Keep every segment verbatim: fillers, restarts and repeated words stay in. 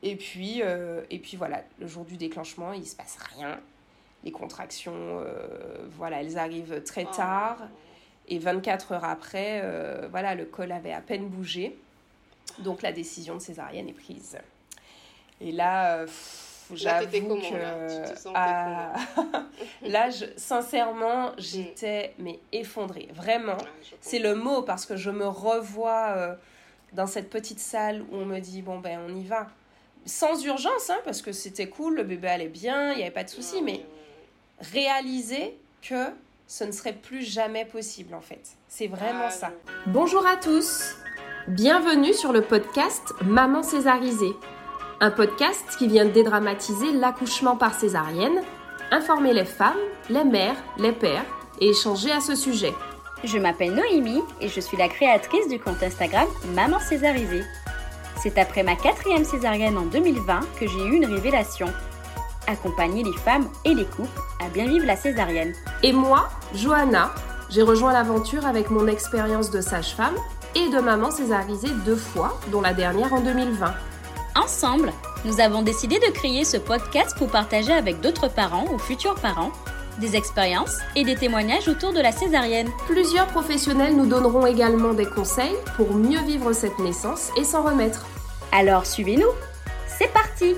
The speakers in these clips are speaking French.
Et puis, euh, et puis voilà, le jour du déclenchement, il ne se passe rien. Les contractions, euh, voilà, elles arrivent très tard. Et vingt-quatre heures après, euh, voilà, le col avait à peine bougé. Donc la décision de césarienne est prise. Et là, euh, pff, j'avoue là, comment, que... là, tu te sentais ah, là, je, sincèrement, j'étais mais effondrée. Vraiment, ah, c'est le mot parce que je me revois euh, dans cette petite salle où on me dit, bon, ben, on y va. Sans urgence, hein, parce que c'était cool, le bébé allait bien, il n'y avait pas de souci, ouais, mais ouais. réaliser que ce ne serait plus jamais possible, en fait. C'est vraiment ah, ça. je... Bonjour à tous. Bienvenue sur le podcast Maman césarisée. Un podcast qui vient dédramatiser l'accouchement par césarienne, informer les femmes, les mères, les pères et échanger à ce sujet. Je m'appelle Noémie et je suis la créatrice du compte Instagram Maman césarisée. C'est après ma quatrième césarienne en deux mille vingt que j'ai eu une révélation. Accompagner les femmes et les couples à bien vivre la césarienne. Et moi, Johanna, j'ai rejoint l'aventure avec mon expérience de sage-femme et de maman césarisée deux fois, dont la dernière en deux mille vingt. Ensemble, nous avons décidé de créer ce podcast pour partager avec d'autres parents ou futurs parents des expériences et des témoignages autour de la césarienne. Plusieurs professionnels nous donneront également des conseils pour mieux vivre cette naissance et s'en remettre. Alors suivez-nous, c'est parti!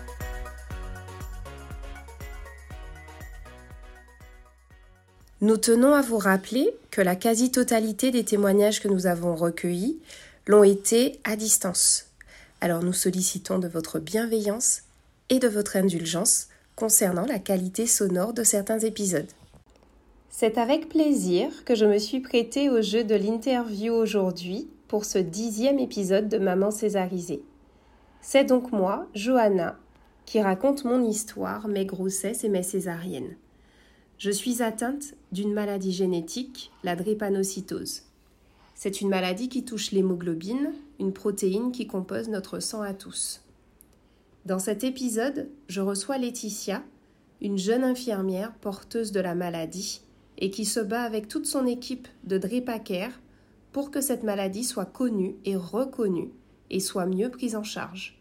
Nous tenons à vous rappeler que la quasi-totalité des témoignages que nous avons recueillis l'ont été à distance. Alors nous sollicitons de votre bienveillance et de votre indulgence concernant la qualité sonore de certains épisodes. C'est avec plaisir que je me suis prêtée au jeu de l'interview aujourd'hui pour ce dixième épisode de Maman césarisée. C'est donc moi, Johanna, qui raconte mon histoire, mes grossesses et mes césariennes. Je suis atteinte d'une maladie génétique, la drépanocytose. C'est une maladie qui touche l'hémoglobine, une protéine qui compose notre sang à tous. Dans cet épisode, je reçois Laetitia, une jeune infirmière porteuse de la maladie et qui se bat avec toute son équipe de DrépaCare pour que cette maladie soit connue et reconnue et soit mieux prise en charge.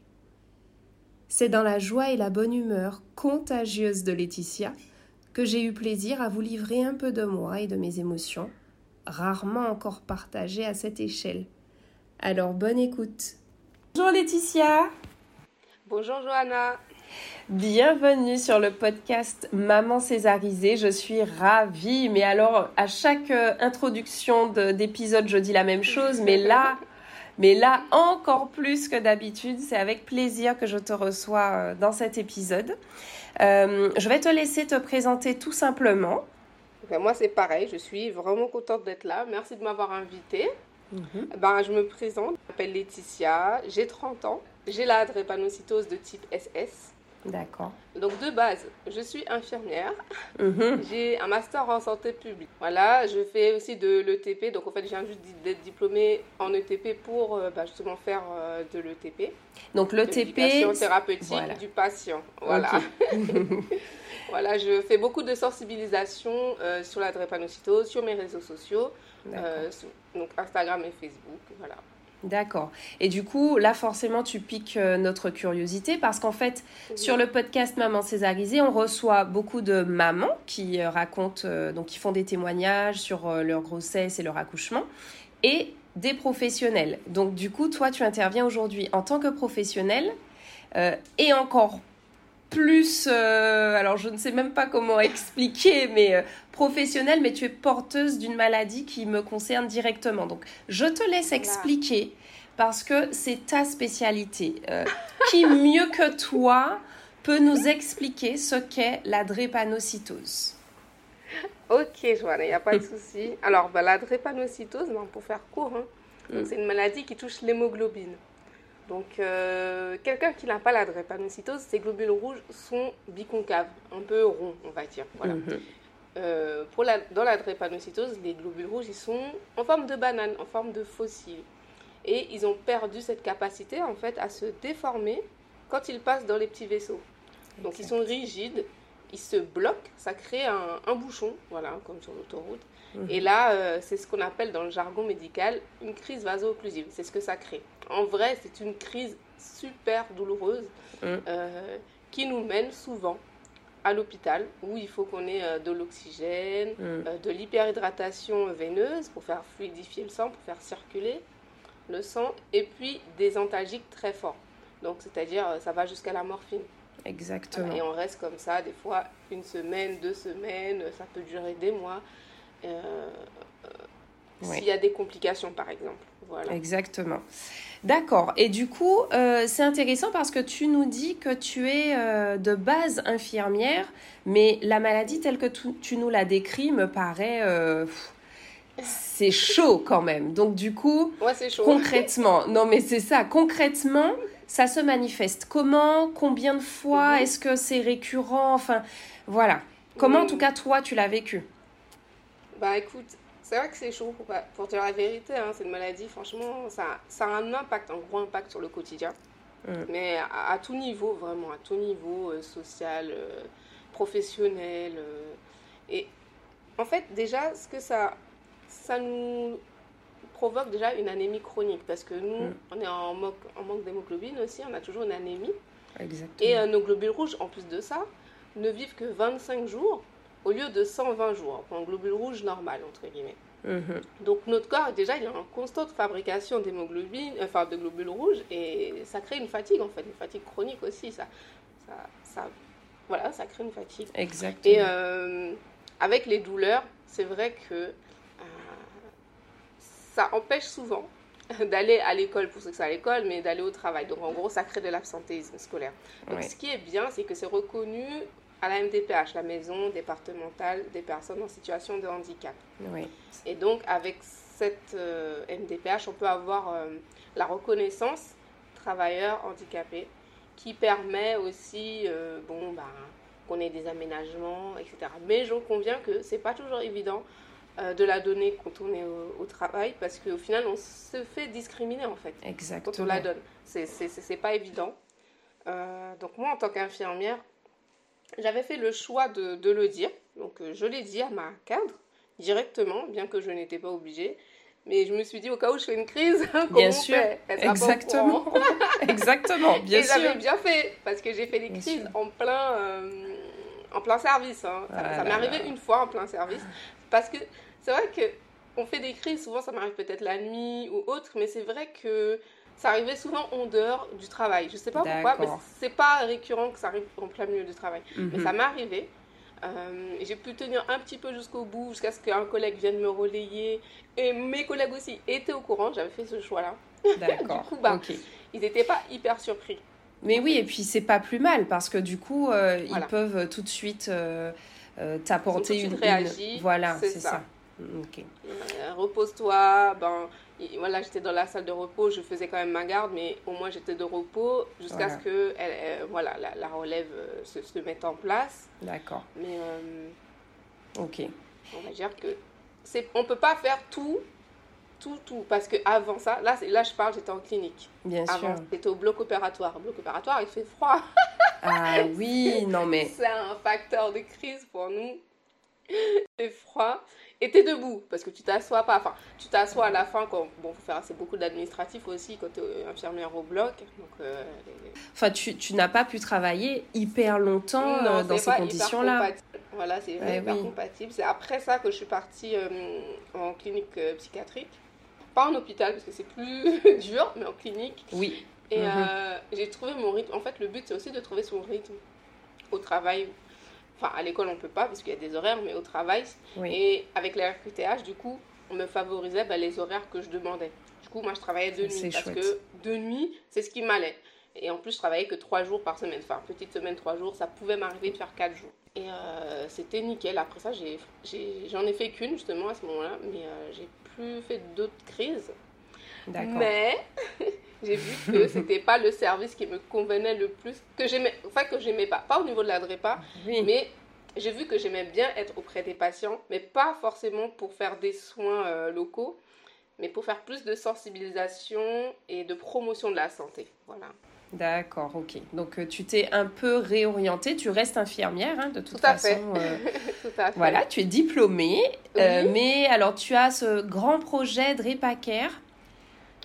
C'est dans la joie et la bonne humeur contagieuse de Laetitia que j'ai eu plaisir à vous livrer un peu de moi et de mes émotions, rarement encore partagées à cette échelle. Alors, bonne écoute. Bonjour Laetitia. Bonjour Johanna. Bienvenue sur le podcast Maman césarisée. Je suis ravie. Mais alors, à chaque introduction de, d'épisode, je dis la même chose. Mais là, mais là, encore plus que d'habitude, c'est avec plaisir que je te reçois dans cet épisode. Euh, je vais te laisser te présenter tout simplement. Enfin, moi, c'est pareil. Je suis vraiment contente d'être là. Merci de m'avoir invitée. Mm-hmm. Ben, je me présente. Je m'appelle Laetitia. J'ai trente ans. J'ai la drépanocytose de type S S. D'accord. Donc, de base, je suis infirmière. Mm-hmm. J'ai un master en santé publique. Voilà, je fais aussi de l'E T P. Donc, en fait, je viens juste d'être diplômée en E T P pour euh, bah, justement faire euh, de l'E T P. Donc, l'E T P... l'éducation thérapeutique voilà. du patient. Voilà. Okay. Voilà, je fais beaucoup de sensibilisation euh, sur la drépanocytose, sur mes réseaux sociaux, euh, sur, donc Instagram et Facebook. Voilà. D'accord. Et du coup, là, forcément, tu piques euh, notre curiosité parce qu'en fait, oui. Sur le podcast Maman césarisée, on reçoit beaucoup de mamans qui euh, racontent, euh, donc qui font des témoignages sur euh, leur grossesse et leur accouchement et des professionnels. Donc, du coup, toi, tu interviens aujourd'hui en tant que professionnel euh, et encore plus, euh, alors je ne sais même pas comment expliquer, mais euh, professionnelle, mais tu es porteuse d'une maladie qui me concerne directement. Donc, je te laisse expliquer parce que c'est ta spécialité. Euh, qui mieux que toi peut nous expliquer ce qu'est la drépanocytose? Ok, Joanna, il n'y a pas de souci. Alors, bah, la drépanocytose, bah, pour faire court, hein, mm. donc, c'est une maladie qui touche l'hémoglobine. Donc, euh, quelqu'un qui n'a pas la drépanocytose, ses globules rouges sont biconcaves, un peu ronds, on va dire. Voilà. Mm-hmm. Euh, pour la, dans la drépanocytose, les globules rouges, ils sont en forme de banane, en forme de fossile. Et ils ont perdu cette capacité, en fait, à se déformer quand ils passent dans les petits vaisseaux. Donc, exact. Ils sont rigides, ils se bloquent, ça crée un, un bouchon, voilà, comme sur l'autoroute. Mmh. Et là, euh, c'est ce qu'on appelle dans le jargon médical une crise vaso-occlusive. C'est ce que ça crée. En vrai, c'est une crise super douloureuses Mmh. euh, qui nous mènent souvent à l'hôpital où il faut qu'on ait euh, de l'oxygène, Mmh. euh, de l'hyperhydratation veineuse pour faire fluidifier le sang, pour faire circuler le sang, et puis des antalgiques très forts. Donc, c'est-à-dire, euh, ça va jusqu'à la morphine. Exactement. Voilà, et on reste comme ça, des fois, une semaine, deux semaines, ça peut durer des mois. Euh, euh, Oui. S'il y a des complications, par exemple. Voilà. Exactement. D'accord. Et du coup, euh, c'est intéressant parce que tu nous dis que tu es euh, de base infirmière, mais la maladie telle que tu, tu nous la décris me paraît... euh, pff, c'est chaud quand même. Donc du coup, Ouais, c'est chaud. concrètement, non mais c'est ça, concrètement, ça se manifeste comment? Combien de fois? Mhm. Est-ce que c'est récurrent? Enfin, voilà. Comment, en Mhm. tout cas, toi, tu l'as vécu? Bah écoute, c'est vrai que c'est chaud, pour, pas- pour dire la vérité, hein, c'est une maladie, franchement, ça, ça a un impact, un gros impact sur le quotidien. Mm. Mais à, à tout niveau, vraiment, à tout niveau, euh, social, euh, professionnel. euh, et en fait, déjà, ce que ça, ça nous provoque déjà une anémie chronique, parce que nous, Mm. on est en manque, en manque d'hémoglobine aussi, on a toujours une anémie. Exactement. Et euh, nos globules rouges, en plus de ça, ne vivent que vingt-cinq jours au lieu de cent vingt jours pour un globule rouge normal, entre guillemets. Mhm. Donc notre corps, déjà, il est en constante fabrication d'hémoglobine, enfin de globules rouges, et ça crée une fatigue, en fait, une fatigue chronique aussi. Ça, ça, ça, voilà, ça crée une fatigue. Exactement. Et euh, avec les douleurs, c'est vrai que euh, ça empêche souvent d'aller à l'école, pour ceux qui sont à l'école, mais d'aller au travail. Donc en gros, ça crée de l'absentéisme scolaire. Donc Ouais. ce qui est bien, c'est que c'est reconnu à la M D P H, la maison départementale des personnes en situation de handicap. Oui. Et donc avec cette euh, M D P H, on peut avoir euh, la reconnaissance travailleur handicapé qui permet aussi euh, bon, bah, qu'on ait des aménagements, et cetera. Mais j'en conviens que c'est pas toujours évident euh, de la donner quand on est au, au travail, parce qu'au final, on se fait discriminer en fait quand on Exactement. la donne. C'est, c'est, c'est, c'est pas évident. Euh, donc moi, en tant qu'infirmière, j'avais fait le choix de, de le dire. Donc euh, je l'ai dit à ma cadre directement, bien que je n'étais pas obligée. Mais je me suis dit, au cas où je fais une crise, comment Bien on sûr. fait? Elle sera pas au Exactement. courant. Exactement. Bien Et sûr. j'avais bien fait, parce que j'ai fait les Bien crises sûr. en plein, euh, en plein service. Hein. Ça, Ah ça m'est là arrivé là. une fois en plein service. Parce que c'est vrai qu'on fait des crises, souvent ça m'arrive peut-être la nuit ou autre, mais c'est vrai que ça arrivait souvent en dehors du travail. Je sais pas pourquoi, mais D'accord. c'est pas récurrent que ça arrive en plein milieu du travail. Mhm. Mais ça m'est arrivé. Euh, et j'ai pu tenir un petit peu jusqu'au bout, jusqu'à ce qu'un collègue vienne me relayer. Et mes collègues aussi étaient au courant, j'avais fait ce choix-là. D'accord. Du coup, bah, Ok. Ils n'étaient pas hyper surpris. Mais oui, et puis c'est pas plus mal parce que du coup, euh, Voilà. ils peuvent tout de suite euh, euh, t'apporter Ils ont tout de une, suite réagi, une- Voilà, c'est c'est ça. ça. Ok. Euh, repose-toi. Ben, y- voilà, j'étais dans la salle de repos, je faisais quand même ma garde, mais au moins j'étais de repos jusqu'à Voilà. ce que elle, elle- voilà, la, la relève euh, se, se mette en place. D'accord. Mais euh, Ok. on va dire que c'est, on peut pas faire tout, tout, tout, parce que avant ça, là, c'est, là je parle, j'étais en clinique. Bien Avant, sûr. j'étais au bloc opératoire. Bloc opératoire, il fait froid. Ah oui, non mais. C'est un facteur de crise pour nous. C'est froid. Et t'es debout, parce que tu t'assois pas. Enfin, tu t'assois à la fin quand. Bon, faut faire assez beaucoup d'administratifs aussi quand t'es infirmière au bloc. Donc, euh, les- Enfin, tu, tu n'as pas pu travailler hyper longtemps non, euh, dans c'est ces pas conditions-là. hyper compatible. Voilà, c'est Ouais, hyper oui. compatible. C'est après ça que je suis partie euh, en clinique euh, psychiatrique. Pas en hôpital, parce que c'est plus dur, mais en clinique. Oui. Et Mhm. euh, j'ai trouvé mon rythme. En fait, le but, c'est aussi de trouver son rythme au travail. Enfin, à l'école, on peut pas, parce qu'il y a des horaires, mais au travail. Oui. Et avec la R Q T H, du coup, on me favorisait bah, les horaires que je demandais. Du coup, moi, je travaillais de C'est nuit, parce chouette. que de nuit, c'est ce qui m'allait. Et en plus, je travaillais que trois jours par semaine. Enfin, petite semaine, trois jours, ça pouvait m'arriver de faire quatre jours. Et euh, c'était nickel. Après ça, j'ai, j'ai, j'en ai fait qu'une, justement, à ce moment-là. Mais euh, j'ai plus fait d'autres crises. D'accord. Mais j'ai vu que c'était pas le service qui me convenait le plus, que j'aimais, enfin que j'aimais pas, pas au niveau de la DREPA, Oui. mais j'ai vu que j'aimais bien être auprès des patients, mais pas forcément pour faire des soins euh, locaux, mais pour faire plus de sensibilisation et de promotion de la santé. Voilà. D'accord, ok. Donc euh, tu t'es un peu réorientée, tu restes infirmière hein, de toute Tout à façon. fait. euh, Tout à fait. voilà, tu es diplômée, euh, Oui. mais alors tu as ce grand projet DREPACare.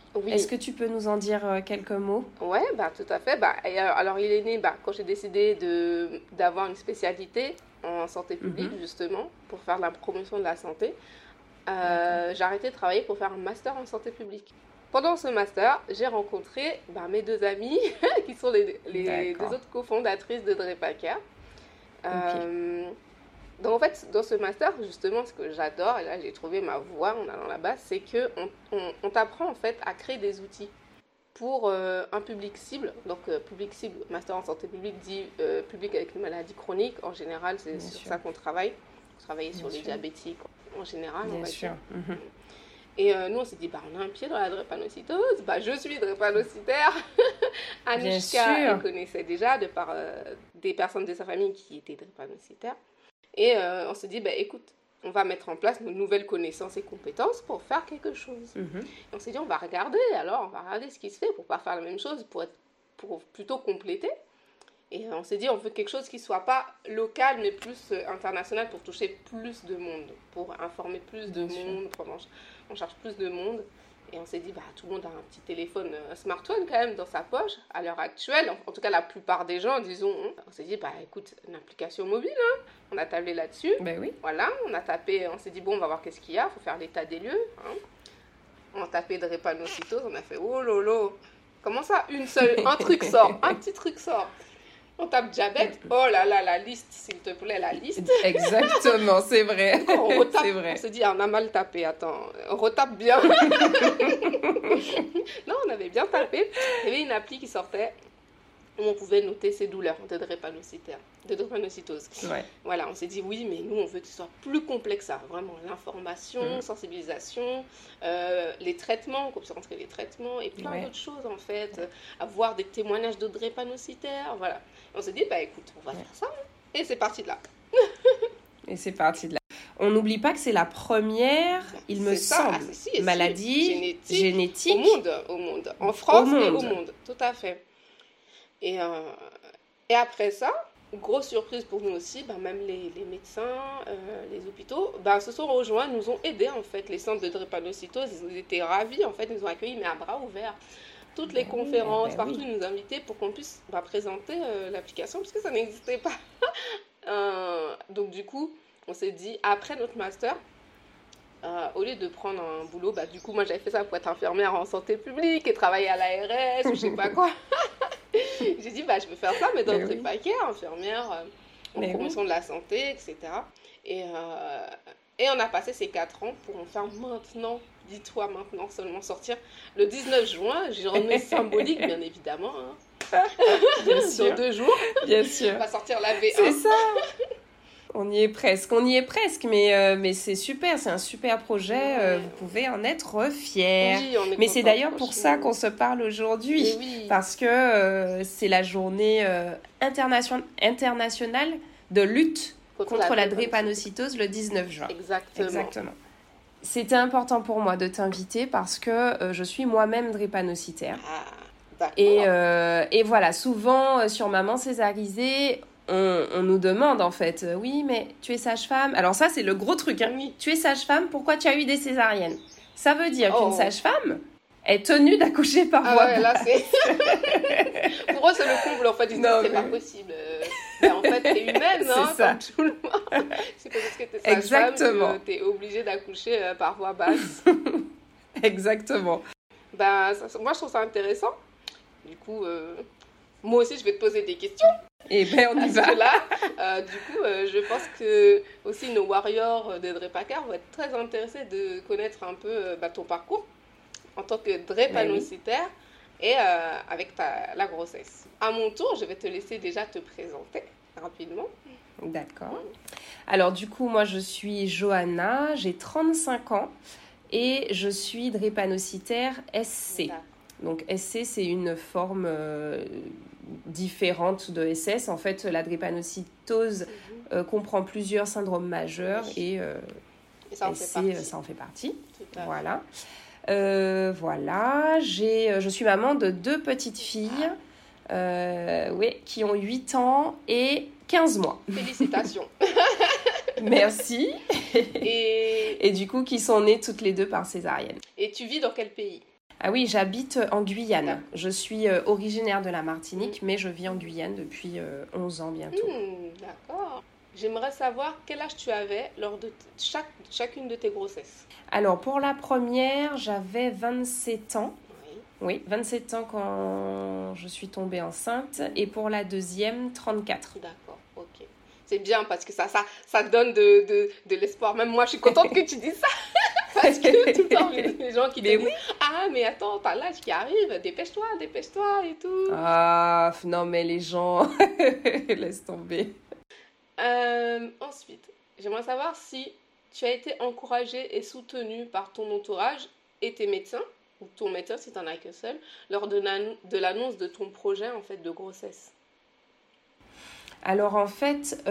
Oui. Est-ce que tu peux nous en dire euh, quelques mots? Ouais, bah, tout à fait. Bah, et, euh, alors, il est né bah, quand j'ai décidé de, d'avoir une spécialité en santé publique, Mhm. justement, pour faire de la promotion de la santé. Euh, j'ai arrêté de travailler pour faire un master en santé publique. Pendant ce master, j'ai rencontré bah, mes deux amies, qui sont les, les deux autres cofondatrices de Drepacare. Euh, okay. Donc en fait, dans ce master, justement, ce que j'adore, et là j'ai trouvé ma voie en allant là-bas, c'est qu'on on, on t'apprend en fait à créer des outils pour euh, un public cible. Donc euh, public cible, master en santé publique dit euh, public avec une maladie chronique. En général, c'est Bien sur sûr. ça qu'on travaille. On travaille sur Bien les sûr. diabétiques en général. Bien on va sûr. Dire. Mm-hmm. Et euh, nous, on s'est dit, bah, on a un pied dans la drépanocytose. Bah, je suis drépanocytaire. Anushka, elle connaissait déjà de par euh, des personnes de sa famille qui étaient drépanocytaires. Et euh, on s'est dit, bah, écoute, on va mettre en place nos nouvelles connaissances et compétences pour faire quelque chose. Mm-hmm. Et on s'est dit, on va regarder, alors, on va regarder ce qui se fait pour ne pas faire la même chose, pour, être, pour plutôt compléter. Et on s'est dit, on veut quelque chose qui ne soit pas local, mais plus international pour toucher plus de monde, pour informer plus de Bien monde, pour on cherche plus de monde. Et on s'est dit, bah, tout le monde a un petit téléphone, un smartphone quand même dans sa poche, à l'heure actuelle. En, en tout cas, la plupart des gens, disons. Hein. On s'est dit, bah, écoute, une application mobile, hein. On a tablé là-dessus. Ben oui. Voilà, on a tapé, on s'est dit, bon, on va voir qu'est-ce qu'il y a, il faut faire l'état des lieux. Hein. On a tapé drépanocytose, on a fait, oh lolo, comment ça, une seule, un truc sort, un petit truc sort. On tape diabète, oh là là, la liste, s'il te plaît, la liste. Exactement, c'est vrai. On retape, c'est vrai. On se dit, on a mal tapé, attends, on retape bien. Non, on avait bien tapé. Il y avait une appli qui sortait où on pouvait noter ses douleurs de drépanocytaire, de drépanocytose. Ouais. Voilà, on s'est dit, oui, mais nous, on veut que ce soit plus complexe, ça. Vraiment, l'information, mmh. sensibilisation, euh, les traitements, qu'on puisse rentrer les traitements et plein ouais. d'autres choses, en fait. Ouais. Avoir des témoignages de drépanocytaires, voilà. On s'est dit, bah écoute, on va ouais. faire ça. Et c'est parti de là. Et c'est parti de là. On n'oublie pas que c'est la première, il c'est me ça. semble, ah, si, si, maladie génétique, génétique au monde, au monde. En France au monde. et au monde, tout à fait. Et, euh, et après ça, grosse surprise pour nous aussi, bah, même les, les médecins, euh, les hôpitaux, bah, se sont rejoints, nous ont aidés en fait. Les centres de drépanocytose, ils ont été ravis en fait, ils nous ont accueillis mais à bras ouverts. Toutes les ben conférences, oui, ben partout, oui. ils nous invitaient pour qu'on puisse bah, présenter euh, l'application parce que ça n'existait pas. euh, donc du coup, on s'est dit, après notre master, euh, au lieu de prendre un boulot, bah, du coup, moi j'avais fait ça pour être infirmière en santé publique et travailler à l'A R S ou je sais pas quoi. J'ai dit, bah, je peux faire ça, mais dans le Drepacare, infirmière euh, en mais promotion oui. de la santé, et cetera. Et, euh, et on a passé ces quatre ans pour en faire maintenant, dis-toi maintenant, seulement sortir le dix-neuf juin, journée symbolique, bien évidemment. Hein. Bien sûr. Dans deux jours. Bien sûr. On va sortir la V un. C'est ça. On y est presque, on y est presque, mais, euh, mais c'est super, c'est un super projet, ouais. euh, vous pouvez en être fiers. Oui, on est mais c'est d'ailleurs pour ça qu'on se parle aujourd'hui, oui. parce que euh, c'est la journée euh, internation- internationale de lutte contre, contre la, la drépanocytose le dix-neuf juin. Exactement. Exactement. C'était important pour moi de t'inviter parce que euh, je suis moi-même drépanocytaire. Ah, d'accord. Et, euh, et voilà, souvent euh, sur Maman Césarisée, On, on nous demande en fait, euh, oui, mais tu es sage-femme. Alors ça, c'est le gros truc. Hein. Oui. Tu es sage-femme, pourquoi tu as eu des césariennes? Ça veut dire oh. qu'une sage-femme est tenue d'accoucher par ah voie ouais, basse. Là, c'est... Pour eux, c'est le comble. En fait, ils non, disent, mais... c'est pas possible. Mais en fait, t'es humaine, c'est hein, ça. comme tout le monde. C'est pas parce que t'es sage-femme que t'es obligée d'accoucher euh, par voie basse. Exactement. Ben, ça, moi, je trouve ça intéressant. Du coup, euh, moi aussi, je vais te poser des questions. Et bien, on y va. Parce que là, euh, du coup, euh, je pense que aussi nos warriors de Drepacare vont être très intéressés de connaître un peu euh, bah, ton parcours en tant que drépanocytaire oui. et euh, avec ta, la grossesse. À mon tour, je vais te laisser déjà te présenter rapidement. D'accord. Alors, du coup, moi, je suis Johanna, j'ai trente-cinq ans et je suis drépanocytaire S C. D'accord. Donc, S C, c'est une forme... Euh, différente de S S. En fait, la drépanocytose mm-hmm. euh, comprend plusieurs syndromes majeurs oui. et, euh, et ça, en S C, fait partie. ça en fait partie. Voilà. Euh, voilà. J'ai, je suis maman de deux petites filles euh, oui, qui ont huit ans et quinze mois. Félicitations. Merci. Et... et du coup, qui sont nées toutes les deux par césarienne. Et tu vis dans quel pays ? Ah oui, j'habite en Guyane. Je suis euh, originaire de la Martinique, mmh. mais je vis en Guyane depuis euh, onze ans bientôt. Mmh, d'accord. J'aimerais savoir quel âge tu avais lors de t- chaque, chacune de tes grossesses. Alors, pour la première, j'avais vingt-sept ans. Oui. Oui, vingt-sept ans quand je suis tombée enceinte. Et pour la deuxième, trente-quatre. D'accord, ok. C'est bien parce que ça, ça, ça donne de, de, de l'espoir. Même moi, je suis contente que tu dises ça. Parce que tout le temps, les gens qui te disent « Ah, mais attends, t'as l'âge qui arrive, dépêche-toi, dépêche-toi et tout. » Ah, non, mais les gens, laisse tomber. Euh, ensuite, j'aimerais savoir si tu as été encouragée et soutenue par ton entourage et tes médecins, ou ton médecin si tu n'en as que seul, lors de, l'ann- de l'annonce de ton projet en fait, de grossesse. Alors en fait,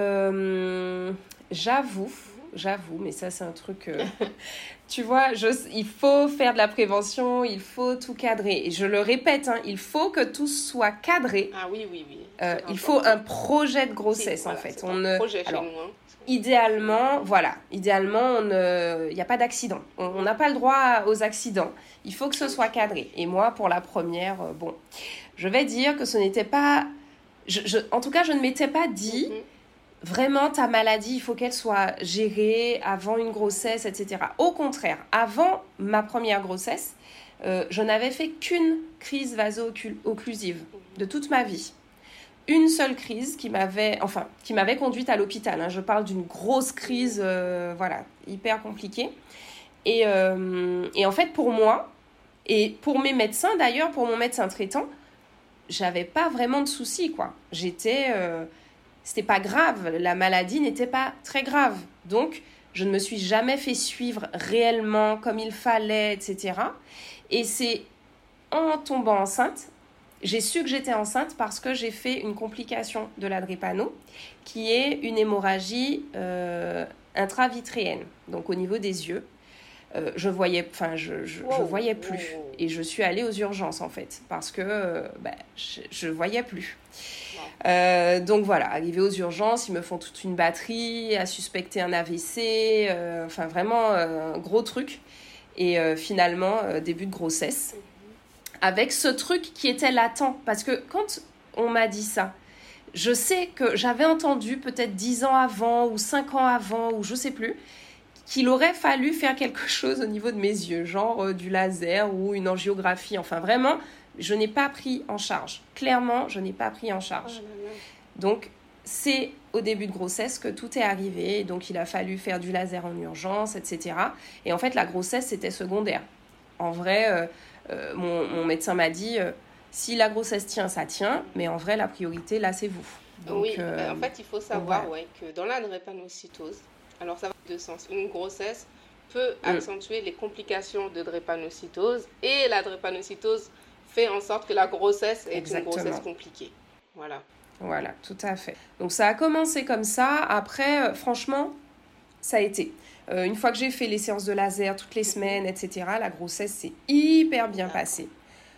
euh, j'avoue, j'avoue, mais ça c'est un truc, euh, tu vois, je, il faut faire de la prévention, il faut tout cadrer. Et je le répète, hein, il faut que tout soit cadré. Ah oui, oui, oui. Euh, il faut un projet de grossesse, si, en voilà, fait. C'est on un ne... projet Alors, chez nous. Hein. Idéalement, voilà, idéalement, il n'y a pas d'accident. On n'a pas le droit aux accidents. Il faut que ce soit cadré. Et moi, pour la première, euh, bon, je vais dire que ce n'était pas... Je, je, en tout cas, je ne m'étais pas dit... Mm-hmm. Vraiment, ta maladie, il faut qu'elle soit gérée avant une grossesse, et cetera. Au contraire, avant ma première grossesse, euh, je n'avais fait qu'une crise vaso-occlusive de toute ma vie. Une seule crise qui m'avait, enfin, qui m'avait conduite à l'hôpital. Hein. Je parle d'une grosse crise, euh, voilà, hyper compliquée. Et, euh, et en fait, pour moi, et pour mes médecins d'ailleurs, pour mon médecin traitant, j'avais pas vraiment de soucis, quoi. J'étais... Euh, C'était pas grave, la maladie n'était pas très grave. Donc, je ne me suis jamais fait suivre réellement comme il fallait, et cetera. Et c'est en tombant enceinte, j'ai su que j'étais enceinte parce que j'ai fait une complication de la drépano, qui est une hémorragie euh, intravitréenne, donc au niveau des yeux. Euh, je voyais, enfin, je, je, wow, je voyais plus. Wow. Et je suis allée aux urgences, en fait, parce que euh, bah, je, je voyais plus. Wow. Euh, donc voilà, arrivée aux urgences, ils me font toute une batterie, à suspecter un A V C, euh, enfin vraiment euh, un gros truc. Et euh, finalement, euh, début de grossesse, mm-hmm. avec ce truc qui était latent. Parce que quand on m'a dit ça, je sais que j'avais entendu peut-être dix ans avant, ou cinq ans avant, ou je sais plus, qu'il aurait fallu faire quelque chose au niveau de mes yeux, genre euh, du laser ou une angiographie. Enfin, vraiment, je n'ai pas pris en charge. Clairement, je n'ai pas pris en charge. Oh, donc, c'est au début de grossesse que tout est arrivé. Donc, il a fallu faire du laser en urgence, et cetera. Et en fait, la grossesse, c'était secondaire. En vrai, euh, euh, mon, mon médecin m'a dit, euh, si la grossesse tient, ça tient. Mais en vrai, la priorité, là, c'est vous. Donc, oui, euh, en fait, il faut savoir ouais. Ouais, que dans la drépanocytose, alors ça va de deux sens. Une grossesse peut mmh. accentuer les complications de drépanocytose et la drépanocytose fait en sorte que la grossesse est Exactement. Une grossesse compliquée. Voilà. Voilà, tout à fait. Donc ça a commencé comme ça. Après, euh, franchement, ça a été. Euh, une fois que j'ai fait les séances de laser toutes les semaines, et cetera, la grossesse s'est hyper bien passée.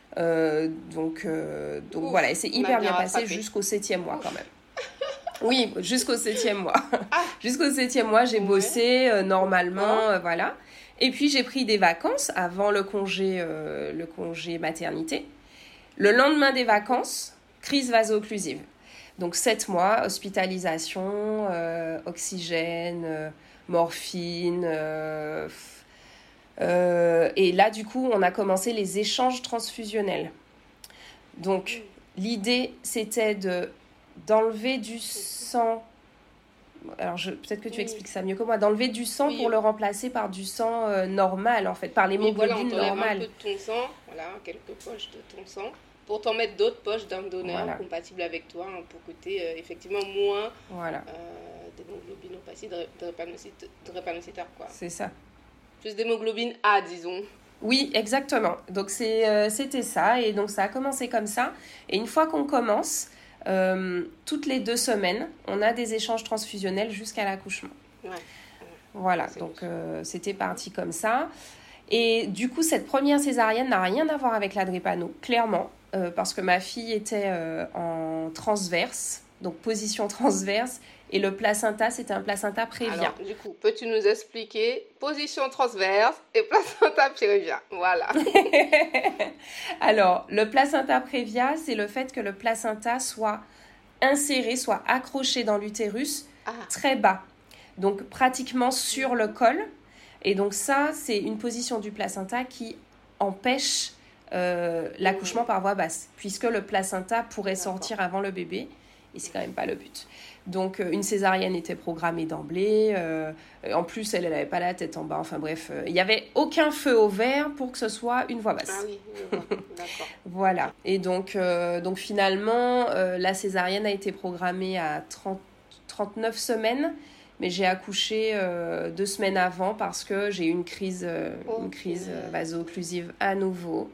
Euh, donc euh, donc Ouf, voilà, et c'est hyper bien, bien passé jusqu'au septième mois Ouf. Quand même. Oui, jusqu'au septième mois. Ah. Jusqu'au septième mois, j'ai ouais. bossé euh, normalement, euh, voilà. Et puis, j'ai pris des vacances avant le congé, euh, le congé maternité. Le lendemain des vacances, crise vaso-occlusive. Donc, sept mois, hospitalisation, euh, oxygène, euh, morphine. Euh, euh, et là, du coup, on a commencé les échanges transfusionnels. Donc, l'idée, c'était de... d'enlever du sang, alors je, peut-être que tu oui. expliques ça mieux que moi, d'enlever du sang oui. pour le remplacer par du sang euh, normal en fait, par l'hémoglobine oui, voilà, normale. Un peu de ton sang, voilà, quelques poches de ton sang, pour t'en mettre d'autres poches d'un donneur voilà. compatible avec toi, hein, pour que tu aies euh, effectivement moins voilà. euh, d'hémoglobinopathie drépanocytaire, quoi. C'est ça. Plus d'hémoglobine A, disons. Oui, exactement. Donc c'est, euh, c'était ça, et donc ça a commencé comme ça. Et une fois qu'on commence, Euh, toutes les deux semaines, on a des échanges transfusionnels jusqu'à l'accouchement. Ouais. Voilà, c'est donc euh, c'était parti comme ça. Et du coup, cette première césarienne n'a rien à voir avec la drépano, clairement, euh, parce que ma fille était euh, en transverse, donc position transverse, et le placenta, c'était un placenta prévia. Alors, du coup, peux-tu nous expliquer position transverse et placenta prévia? Voilà. Alors, le placenta prévia, c'est le fait que le placenta soit inséré, soit accroché dans l'utérus ah. très bas, donc pratiquement sur le col. Et donc ça, c'est une position du placenta qui empêche euh, l'accouchement par voie basse, puisque le placenta pourrait D'accord. sortir avant le bébé, et c'est quand même pas le but. Donc, euh, une césarienne était programmée d'emblée. Euh, en plus, elle n'avait pas la tête en bas. Enfin bref, euh, il n'y avait aucun feu au vert pour que ce soit une voie basse. Ah oui, je vois. D'accord. Voilà. Et donc, euh, donc finalement, euh, la césarienne a été programmée à trente, trente-neuf semaines. Mais j'ai accouché euh, deux semaines avant parce que j'ai eu une crise, euh, oh, une crise euh, vaso-occlusive à nouveau.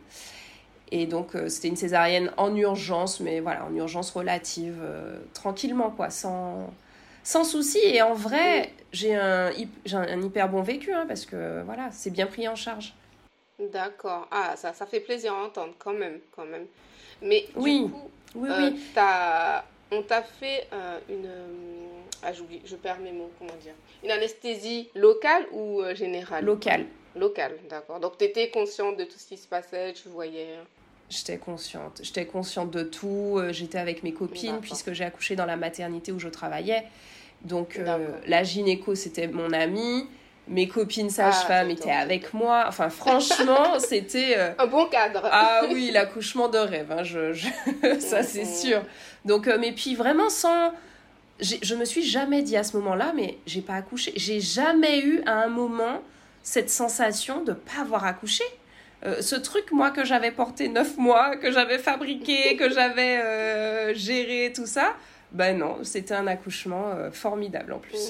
Et donc, euh, c'était une césarienne en urgence, mais voilà, en urgence relative, euh, tranquillement, quoi, sans, sans souci. Et en vrai, j'ai un, j'ai un hyper bon vécu, hein, parce que, voilà, c'est bien pris en charge. D'accord. Ah, ça, ça fait plaisir à entendre, quand même, quand même. Mais du oui. coup, oui, euh, oui. t'as, on t'a fait euh, une... Ah, j'oublie, je perds mes mots, comment dire. Une anesthésie locale ou euh, générale? Locale. Locale, d'accord. Donc, tu étais consciente de tout ce qui se passait, tu voyais... J'étais consciente. J'étais consciente de tout. J'étais avec mes copines, d'accord. puisque j'ai accouché dans la maternité où je travaillais. Donc, euh, la gynéco, c'était mon amie. Mes copines sages-femmes ah, étaient avec moi. Enfin, franchement, c'était... Euh... un bon cadre. Ah oui, l'accouchement de rêve. Hein, je, je... ça, c'est sûr. Donc, euh, mais puis vraiment sans... J'ai, je me suis jamais dit à ce moment-là, mais j'ai pas accouché. J'ai jamais eu à un moment cette sensation de pas avoir accouché. Euh, ce truc, moi, que j'avais porté neuf mois, que j'avais fabriqué, que j'avais euh, géré, tout ça, ben non, c'était un accouchement euh, formidable en plus.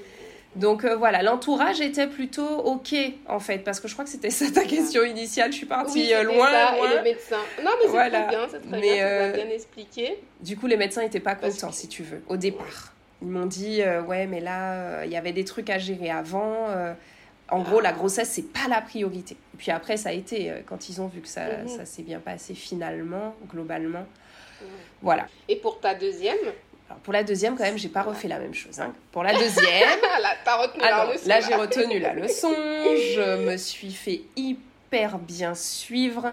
Donc euh, voilà, l'entourage était plutôt OK, en fait, parce que je crois que c'était ça ta question initiale. Je suis partie oui, euh, loin, ça, loin. Et le médecin. Non, mais c'est voilà. très bien, c'est très mais, bien, euh, tu l'as bien expliqué. Du coup, les médecins n'étaient pas contents, que... si tu veux, au départ. Ils m'ont dit, euh, ouais, mais là, il euh, y avait des trucs à gérer avant. Euh, en ah. gros, la grossesse, c'est pas la priorité. Et puis après, ça a été, euh, quand ils ont vu que ça, mm-hmm. ça s'est bien passé finalement, globalement. Mm. Voilà. Et pour ta deuxième? Alors, pour la deuxième, quand même, j'ai pas refait la même chose. Hein. Pour la deuxième... là, t'as retenu alors, la leçon. Là, j'ai retenu la leçon. Je me suis fait hyper bien suivre.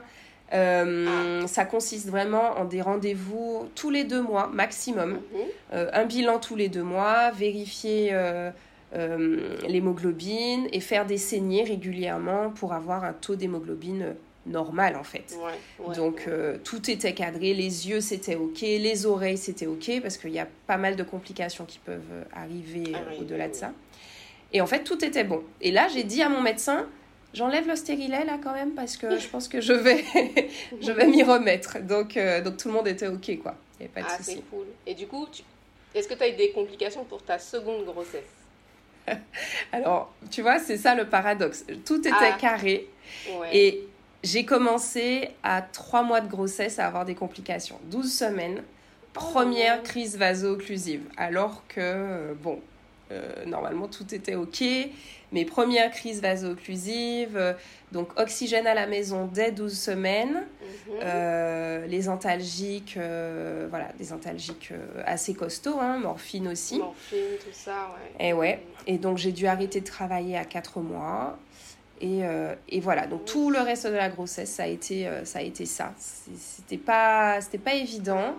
Euh, ah. Ça consiste vraiment en des rendez-vous tous les deux mois, maximum. Mm-hmm. Euh, un bilan tous les deux mois, vérifier euh, euh, l'hémoglobine et faire des saignées régulièrement pour avoir un taux d'hémoglobine normal, en fait. Ouais, ouais, Donc, ouais. Euh, tout était cadré. Les yeux, c'était OK. Les oreilles, c'était OK parce qu'il y a pas mal de complications qui peuvent arriver ah, euh, oui, au-delà oui. de ça. Et en fait, tout était bon. Et là, j'ai dit à mon médecin... J'enlève le stérilet là quand même parce que je pense que je vais, je vais m'y remettre. Donc, euh, donc tout le monde était OK, quoi. Il n'y avait pas de ah, souci. C'est cool. Et du coup, tu... est-ce que tu as eu des complications pour ta seconde grossesse? Alors, tu vois, c'est ça le paradoxe. Tout était ah. carré ouais. et j'ai commencé à trois mois de grossesse à avoir des complications. douze semaines, première oh. crise vaso-occlusive. Alors que, euh, bon, euh, normalement tout était OK. Mes premières crises vaso-occlusives, euh, donc oxygène à la maison dès douze semaines, mm-hmm. euh, les antalgiques, euh, voilà, des antalgiques euh, assez costauds, hein, morphine aussi. Morphine, tout ça, ouais. Et ouais, et donc j'ai dû arrêter de travailler à quatre mois. Et, euh, et voilà, donc tout le reste de la grossesse, ça a été, euh, ça. A été ça. C'était pas, c'était pas évident. Ouais.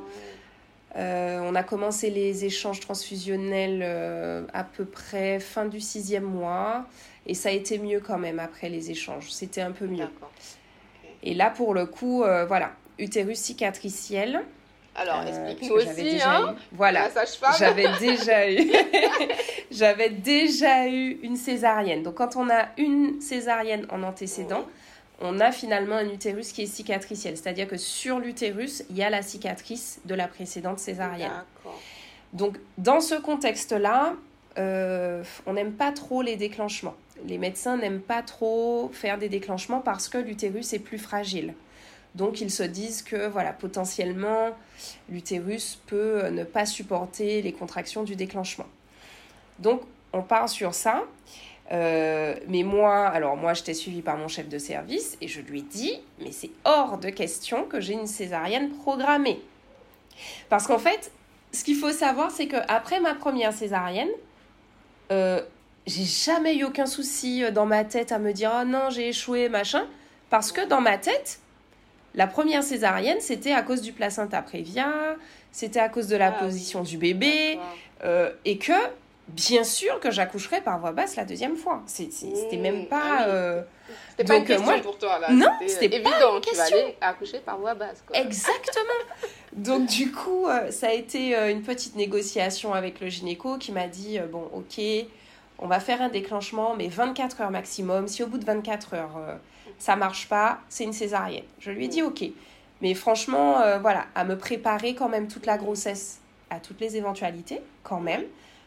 Euh, on a commencé les échanges transfusionnels euh, à peu près fin du sixième mois et ça a été mieux quand même après les échanges, c'était un peu mieux. D'accord. Okay. Et là pour le coup, euh, voilà, utérus cicatriciel. Alors euh, explique-nous aussi, hein, voilà, la sage-femme. j'avais déjà eu, j'avais déjà eu une césarienne. Donc quand on a une césarienne en antécédent, oui. on a finalement un utérus qui est cicatriciel. C'est-à-dire que sur l'utérus, il y a la cicatrice de la précédente césarienne. D'accord. Donc, dans ce contexte-là, euh, on n'aime pas trop les déclenchements. Les médecins n'aiment pas trop faire des déclenchements parce que l'utérus est plus fragile. Donc, ils se disent que, voilà, potentiellement, l'utérus peut ne pas supporter les contractions du déclenchement. Donc, on part sur ça. Euh, mais moi, alors moi j'étais suivie par mon chef de service et je lui ai dit mais c'est hors de question que j'ai une césarienne programmée parce qu'en fait ce qu'il faut savoir, c'est qu'après ma première césarienne, euh, j'ai jamais eu aucun souci dans ma tête à me dire « Ah non, j'ai échoué, machin ». Parce que dans ma tête, la première césarienne, c'était à cause du placenta prévia, c'était à cause de la ah, position oui. du bébé, euh, et que, bien sûr, que j'accoucherais par voie basse la deuxième fois. C'est, c'est, c'était même pas... Ah oui. euh... C'était pas une question moi, pour toi, là. Non, c'était, c'était évident, pas une tu question. vas aller accoucher par voie basse, quoi. Exactement. Donc, du coup, euh, ça a été euh, une petite négociation avec le gynéco qui m'a dit, euh, bon, ok, on va faire un déclenchement, mais vingt-quatre heures maximum. Si au bout de vingt-quatre heures, euh, ça marche pas, c'est une césarienne. Je lui ai dit, ok. Mais franchement, euh, voilà, à me préparer quand même toute la grossesse à toutes les éventualités, quand même.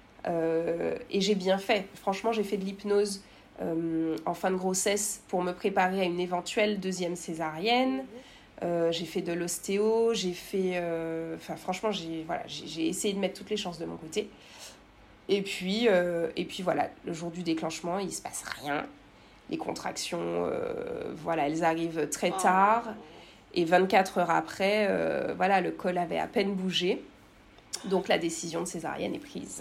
Euh, et j'ai bien fait. Franchement, j'ai fait de l'hypnose euh, en fin de grossesse pour me préparer à une éventuelle deuxième césarienne. Euh, j'ai fait de l'ostéo, j'ai fait... Euh, enfin, franchement, j'ai, voilà, j'ai, j'ai essayé de mettre toutes les chances de mon côté. Et puis, euh, et puis voilà, le jour du déclenchement, il ne se passe rien. Les contractions, euh, voilà, elles arrivent très tard. Oh. Et vingt-quatre heures après, euh, voilà, le col avait à peine bougé. Donc, la décision de césarienne est prise.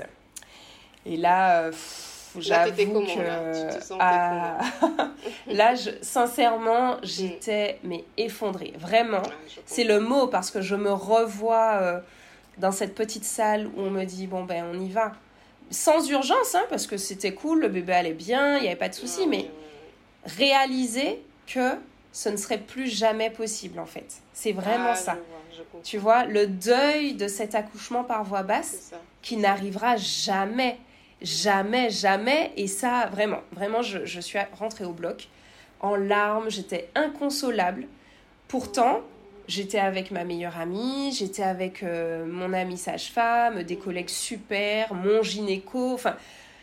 Et là, euh, pff, j'avoue là, comment, que... là, tu te sentais ah, là, je, sincèrement, j'étais mais effondrée. Vraiment, ouais, c'est le mot parce que je me revois euh, dans cette petite salle où on me dit, bon, ben, on y va. Sans urgence, hein, parce que c'était cool, le bébé allait bien, il n'y avait pas de souci, ouais, mais ouais, ouais. réaliser que ce ne serait plus jamais possible, en fait. C'est vraiment ah, ça. Je vois, je tu vois, le deuil de cet accouchement par voie basse qui n'arrivera jamais, jamais, jamais. Et ça, vraiment, vraiment, je, je suis rentrée au bloc en larmes, j'étais inconsolable. Pourtant, j'étais avec ma meilleure amie, j'étais avec euh, mon amie sage-femme, des collègues super, mon gynéco, enfin...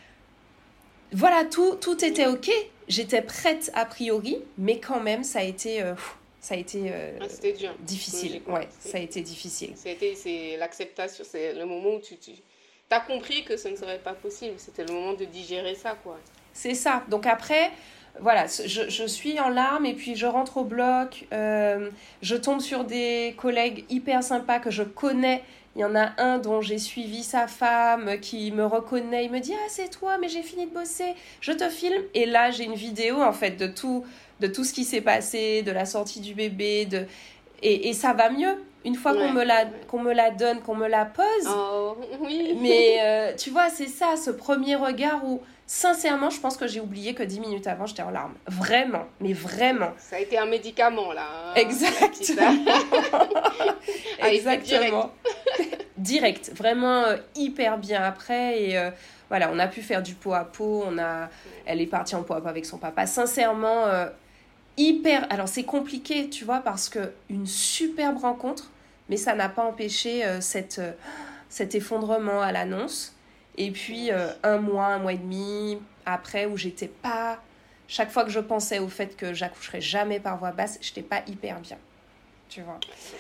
Voilà, tout, tout était OK. J'étais prête a priori, mais quand même, ça a été, euh, ça a été euh, ah, c'était dur. difficile. Oui, ouais, ça a été difficile. C'était, c'est l'acceptation, c'est le moment où tu, tu as compris que ce ne serait pas possible. C'était le moment de digérer ça, quoi. C'est ça. Donc après, voilà, je, je suis en larmes et puis je rentre au bloc. Euh, je tombe sur des collègues hyper sympas que je connais. Il y en a un dont j'ai suivi sa femme qui me reconnaît. Il me dit « Ah, c'est toi, mais j'ai fini de bosser. Je te filme. » Et là, j'ai une vidéo, en fait, de tout, de tout ce qui s'est passé, de la sortie du bébé. De... Et, et ça va mieux. Une fois ouais, qu'on, me la, ouais. qu'on me la donne, qu'on me la pose. Oh, oui. Mais euh, tu vois, c'est ça, ce premier regard où, sincèrement, je pense que j'ai oublié que dix minutes avant, j'étais en larmes. Vraiment, mais vraiment. Ça a été un médicament, là. Exactement. Exactement. Direct, vraiment euh, hyper bien après. Et euh, voilà, on a pu faire du pot à pot. On a... Elle est partie en pot à pot avec son papa. Sincèrement, euh, hyper... Alors, c'est compliqué, tu vois, parce qu'une superbe rencontre, mais ça n'a pas empêché euh, cette, euh, cet effondrement à l'annonce. Et puis, euh, un mois, un mois et demi après, où j'étais pas... Chaque fois que je pensais au fait que j'accoucherais jamais par voie basse, j'étais pas hyper bien, tu vois.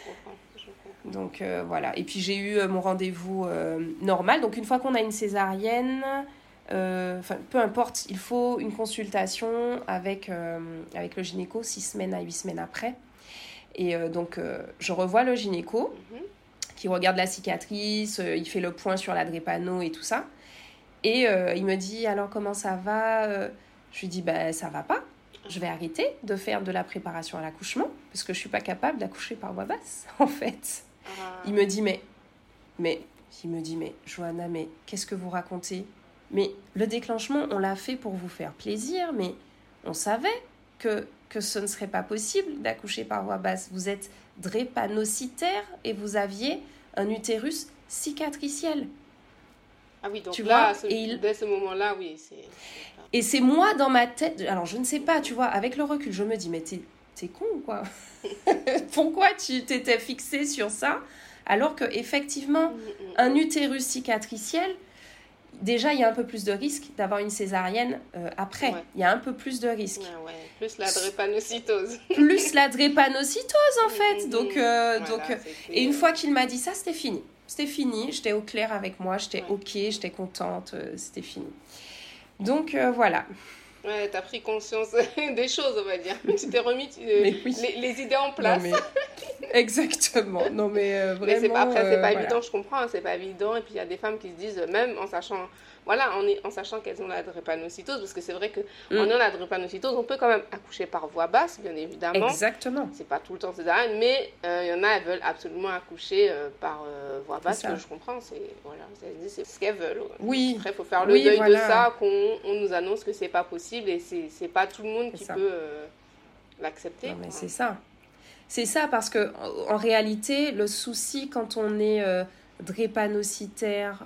Donc, euh, voilà. Et puis, j'ai eu euh, mon rendez-vous euh, normal. Donc, une fois qu'on a une césarienne, euh, peu importe, il faut une consultation avec, euh, avec le gynéco six semaines à huit semaines après. Et euh, donc, euh, je revois le gynéco mm-hmm. qui regarde la cicatrice, euh, il fait le point sur la drépano et tout ça. Et euh, il me dit, alors, comment ça va ? euh, Je lui dis, ben, ça va pas. Je vais arrêter de faire de la préparation à l'accouchement parce que je suis pas capable d'accoucher par voie basse, en fait. Ah. Il me dit, mais, mais, il me dit, mais, Johanna, mais qu'est-ce que vous racontez ? Mais le déclenchement, on l'a fait pour vous faire plaisir, mais on savait que, que ce ne serait pas possible d'accoucher par voie basse. Vous êtes drépanocytaire et vous aviez un utérus cicatriciel. Ah oui, donc tu là, vois, ce, et il... dès ce moment-là, oui. C'est... Et c'est moi dans ma tête, alors je ne sais pas, tu vois, avec le recul, je me dis, mais t'es, t'es con ou quoi ? Pourquoi tu t'étais fixée sur ça ? Alors qu'effectivement, un utérus cicatriciel, déjà, il y a un peu plus de risque d'avoir une césarienne euh, après. Ouais. Il y a un peu plus de risque. Ouais, ouais. Plus la drépanocytose. Plus la drépanocytose, en fait. Donc, euh, voilà, donc, et une fois qu'il m'a dit ça, c'était fini. C'était fini, j'étais au clair avec moi, j'étais ouais. OK, j'étais contente, euh, c'était fini. Donc, euh, voilà. Ouais, t'as pris conscience des choses, on va dire. Tu t'es remis tu, euh, oui. les, les idées en place. Non, mais... Exactement. Non, mais euh, vraiment... Mais c'est pas, après, c'est pas euh, évident, voilà. Je comprends, hein, c'est pas évident. Et puis, il y a des femmes qui se disent, même en sachant... Voilà, en, est, en sachant qu'elles ont la drépanocytose, parce que c'est vrai qu'en mm. ayant la drépanocytose, on peut quand même accoucher par voie basse, bien évidemment. Exactement. C'est pas tout le temps césarienne, mais il euh, y en a, elles veulent absolument accoucher euh, par euh, voie basse, que je comprends, c'est, voilà, c'est ce qu'elles veulent. Oui. Après, il faut faire le oui, deuil voilà. de ça, qu'on on nous annonce que c'est pas possible, et c'est, c'est pas tout le monde c'est qui ça. peut euh, l'accepter. Non, mais c'est ça. C'est ça, parce que en, en réalité, le souci quand on est... Euh, drépanocytaire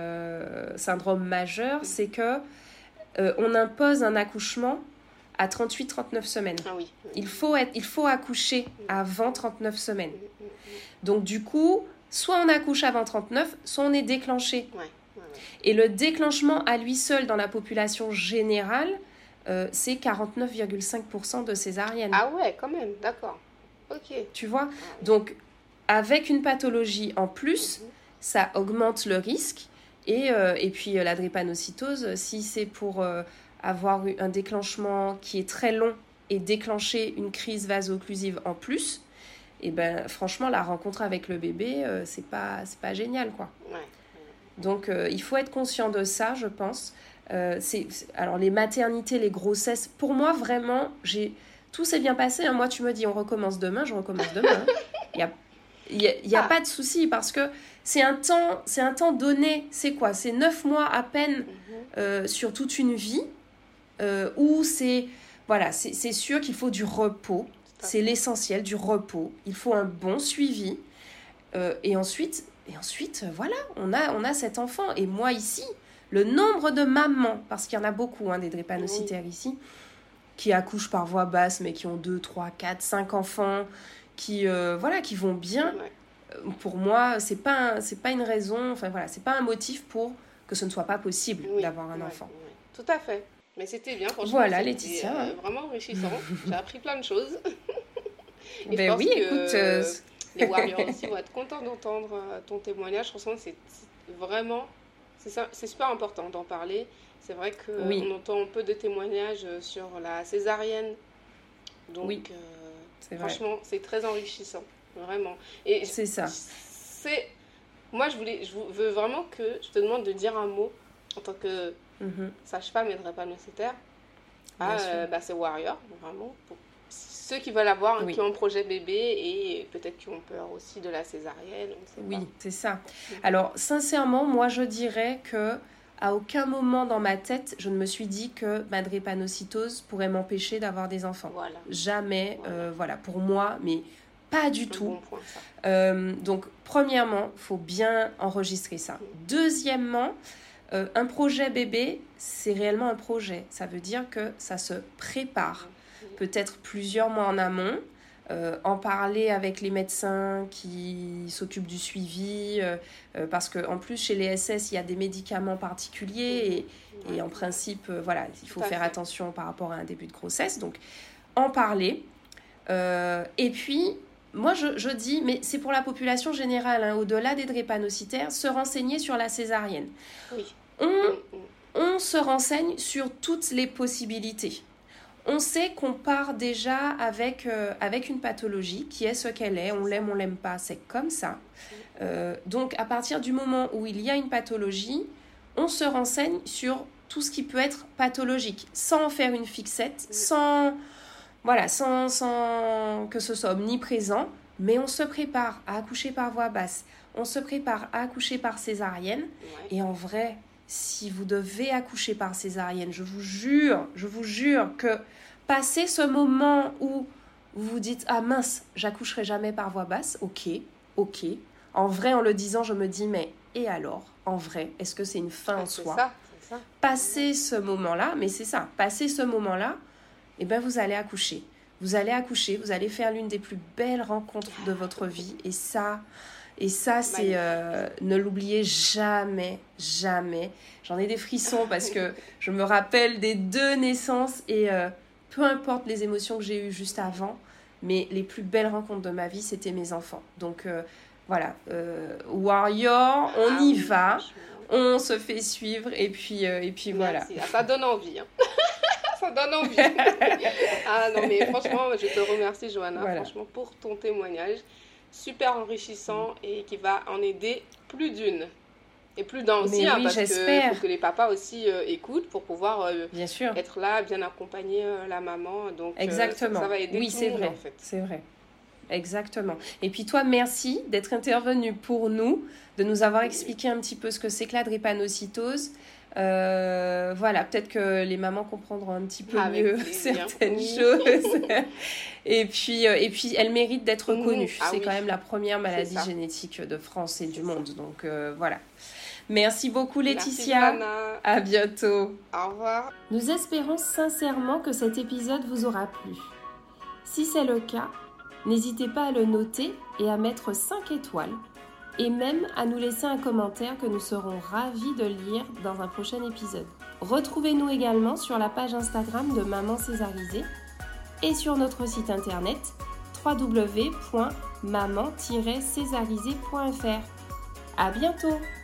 euh, syndrome majeur, c'est que euh, on impose un accouchement à trente-huit à trente-neuf semaines. Ah oui. Il faut être, il faut accoucher avant trente-neuf semaines. Donc du coup, soit on accouche avant trente-neuf, soit on est déclenché. Ouais, ouais, ouais. Et le déclenchement à lui seul dans la population générale, euh, c'est quarante-neuf virgule cinq pour cent de césariennes. Ah ouais, quand même, d'accord. Ok. Tu vois ? Donc avec une pathologie en plus, mm-hmm. ça augmente le risque. Et, euh, et puis euh, la drépanocytose, si c'est pour euh, avoir un déclenchement qui est très long et déclencher une crise vaso-occlusive en plus, et ben franchement, la rencontre avec le bébé, euh, c'est pas, c'est pas génial, quoi. Ouais. Donc euh, il faut être conscient de ça, je pense. Euh, c'est, c'est, alors les maternités, les grossesses, pour moi, vraiment, j'ai, tout s'est bien passé. Hein. Moi, tu me dis, on recommence demain, je recommence demain. Il n'y a Il n'y a, y a ah. pas de souci parce que c'est un temps, c'est un temps donné. C'est quoi ? C'est neuf mois à peine euh, sur toute une vie euh, où c'est, voilà, c'est, c'est sûr qu'il faut du repos. C'est l'essentiel, du repos. Il faut un bon suivi. Euh, et ensuite, et ensuite voilà, on a, on a cet enfant. Et moi ici, le nombre de mamans, parce qu'il y en a beaucoup, hein, des drépanocytaires oui. ici, qui accouchent par voie basse, mais qui ont deux, trois, quatre, cinq enfants... qui euh, voilà qui vont bien ouais. pour moi c'est pas un, c'est pas une raison enfin voilà c'est pas un motif pour que ce ne soit pas possible oui, d'avoir un ouais, enfant oui. Tout à fait, mais c'était bien franchement, voilà c'était, Laetitia euh, vraiment enrichissant. J'ai appris plein de choses. Et ben oui que, écoute euh... les warriors aussi vont être contents d'entendre ton témoignage. Franchement c'est, c'est vraiment c'est, ça, c'est super important d'en parler. C'est vrai qu'on oui. entend un peu de témoignages sur la césarienne, donc oui. euh, C'est franchement, vrai. c'est très enrichissant, vraiment. Et c'est ça. C'est... Moi, je, voulais, je veux vraiment que je te demande de dire un mot en tant que mm-hmm. sage-femme et drépanocytaire. Ah, euh, bah, c'est Warrior, vraiment. Pour ceux qui veulent avoir, oui. qui ont un projet bébé et peut-être qui ont peur aussi de la césarienne. On sait oui, pas. C'est ça. Mm-hmm. Alors, sincèrement, moi, je dirais que à aucun moment dans ma tête, je ne me suis dit que ma drépanocytose pourrait m'empêcher d'avoir des enfants. Voilà. Jamais, voilà. Euh, voilà, pour moi, mais pas du un tout. Bon point, ça. Euh, donc, premièrement, il faut bien enregistrer ça. Mmh. Deuxièmement, euh, un projet bébé, c'est réellement un projet. Ça veut dire que ça se prépare, mmh. peut-être plusieurs mois en amont. Euh, en parler avec les médecins qui s'occupent du suivi, euh, euh, parce qu'en plus, chez les S S, il y a des médicaments particuliers et, et en principe, euh, voilà, il faut faire attention par rapport à un début de grossesse. Donc, en parler. Euh, et puis, moi, je, je dis, mais c'est pour la population générale, hein, au-delà des drépanocytaires, se renseigner sur la césarienne. Oui. On, on se renseigne sur toutes les possibilités. On sait qu'on part déjà avec, euh, avec une pathologie qui est ce qu'elle est. On l'aime, on l'aime pas, c'est comme ça. Euh, donc, à partir du moment où il y a une pathologie, on se renseigne sur tout ce qui peut être pathologique, sans en faire une fixette, sans, voilà, sans, sans que ce soit omniprésent, mais on se prépare à accoucher par voie basse, on se prépare à accoucher par césarienne, ouais. Et en vrai... Si vous devez accoucher par césarienne, je vous jure, je vous jure que passer ce moment où vous vous dites « Ah mince, j'accoucherai jamais par voie basse », ok, ok. En vrai, en le disant, je me dis « Mais et alors, en vrai, est-ce que c'est une fin ah, en soi ?» ça, c'est ça. Passer ce moment-là, mais c'est ça, passer ce moment-là, eh ben vous allez accoucher. Vous allez accoucher, vous allez faire l'une des plus belles rencontres de votre vie. Et ça... Et ça, c'est... Euh, ne l'oubliez jamais, jamais. J'en ai des frissons parce que je me rappelle des deux naissances et euh, peu importe les émotions que j'ai eues juste avant, mais les plus belles rencontres de ma vie, c'était mes enfants. Donc, euh, voilà. Euh, Warrior, on ah, y oui, va, on se fait suivre et puis, euh, et puis voilà. Ça donne envie. Hein. Ça ça donne envie. Ah non, mais franchement, je te remercie, Johanna, voilà. franchement, pour ton témoignage. Super enrichissant et qui va en aider plus d'une. Et plus d'un aussi, hein, oui, parce qu'il faut que les papas aussi euh, écoutent pour pouvoir euh, bien sûr. être là, bien accompagner euh, la maman. Donc, exactement. Euh, ça, ça va aider oui, tout c'est le monde, vrai. en fait. C'est vrai. Exactement. Et puis toi, merci d'être intervenu pour nous, de nous avoir expliqué un petit peu ce que c'est que la drépanocytose. Euh, voilà, peut-être que les mamans comprendront un petit peu Avec mieux plaisir. certaines oui. choses. et, puis, euh, et puis, elle mérite d'être Mmh. connue. Ah, c'est oui. quand même la première maladie génétique de France et du monde. Donc euh, voilà. Merci beaucoup Laetitia. Merci, à bientôt. Au revoir. Nous espérons sincèrement que cet épisode vous aura plu. Si c'est le cas, n'hésitez pas à le noter et à mettre cinq étoiles. Et même à nous laisser un commentaire que nous serons ravis de lire dans un prochain épisode. Retrouvez-nous également sur la page Instagram de Maman Césarisée et sur notre site internet w w w point maman tiret césarisée point f r. À bientôt!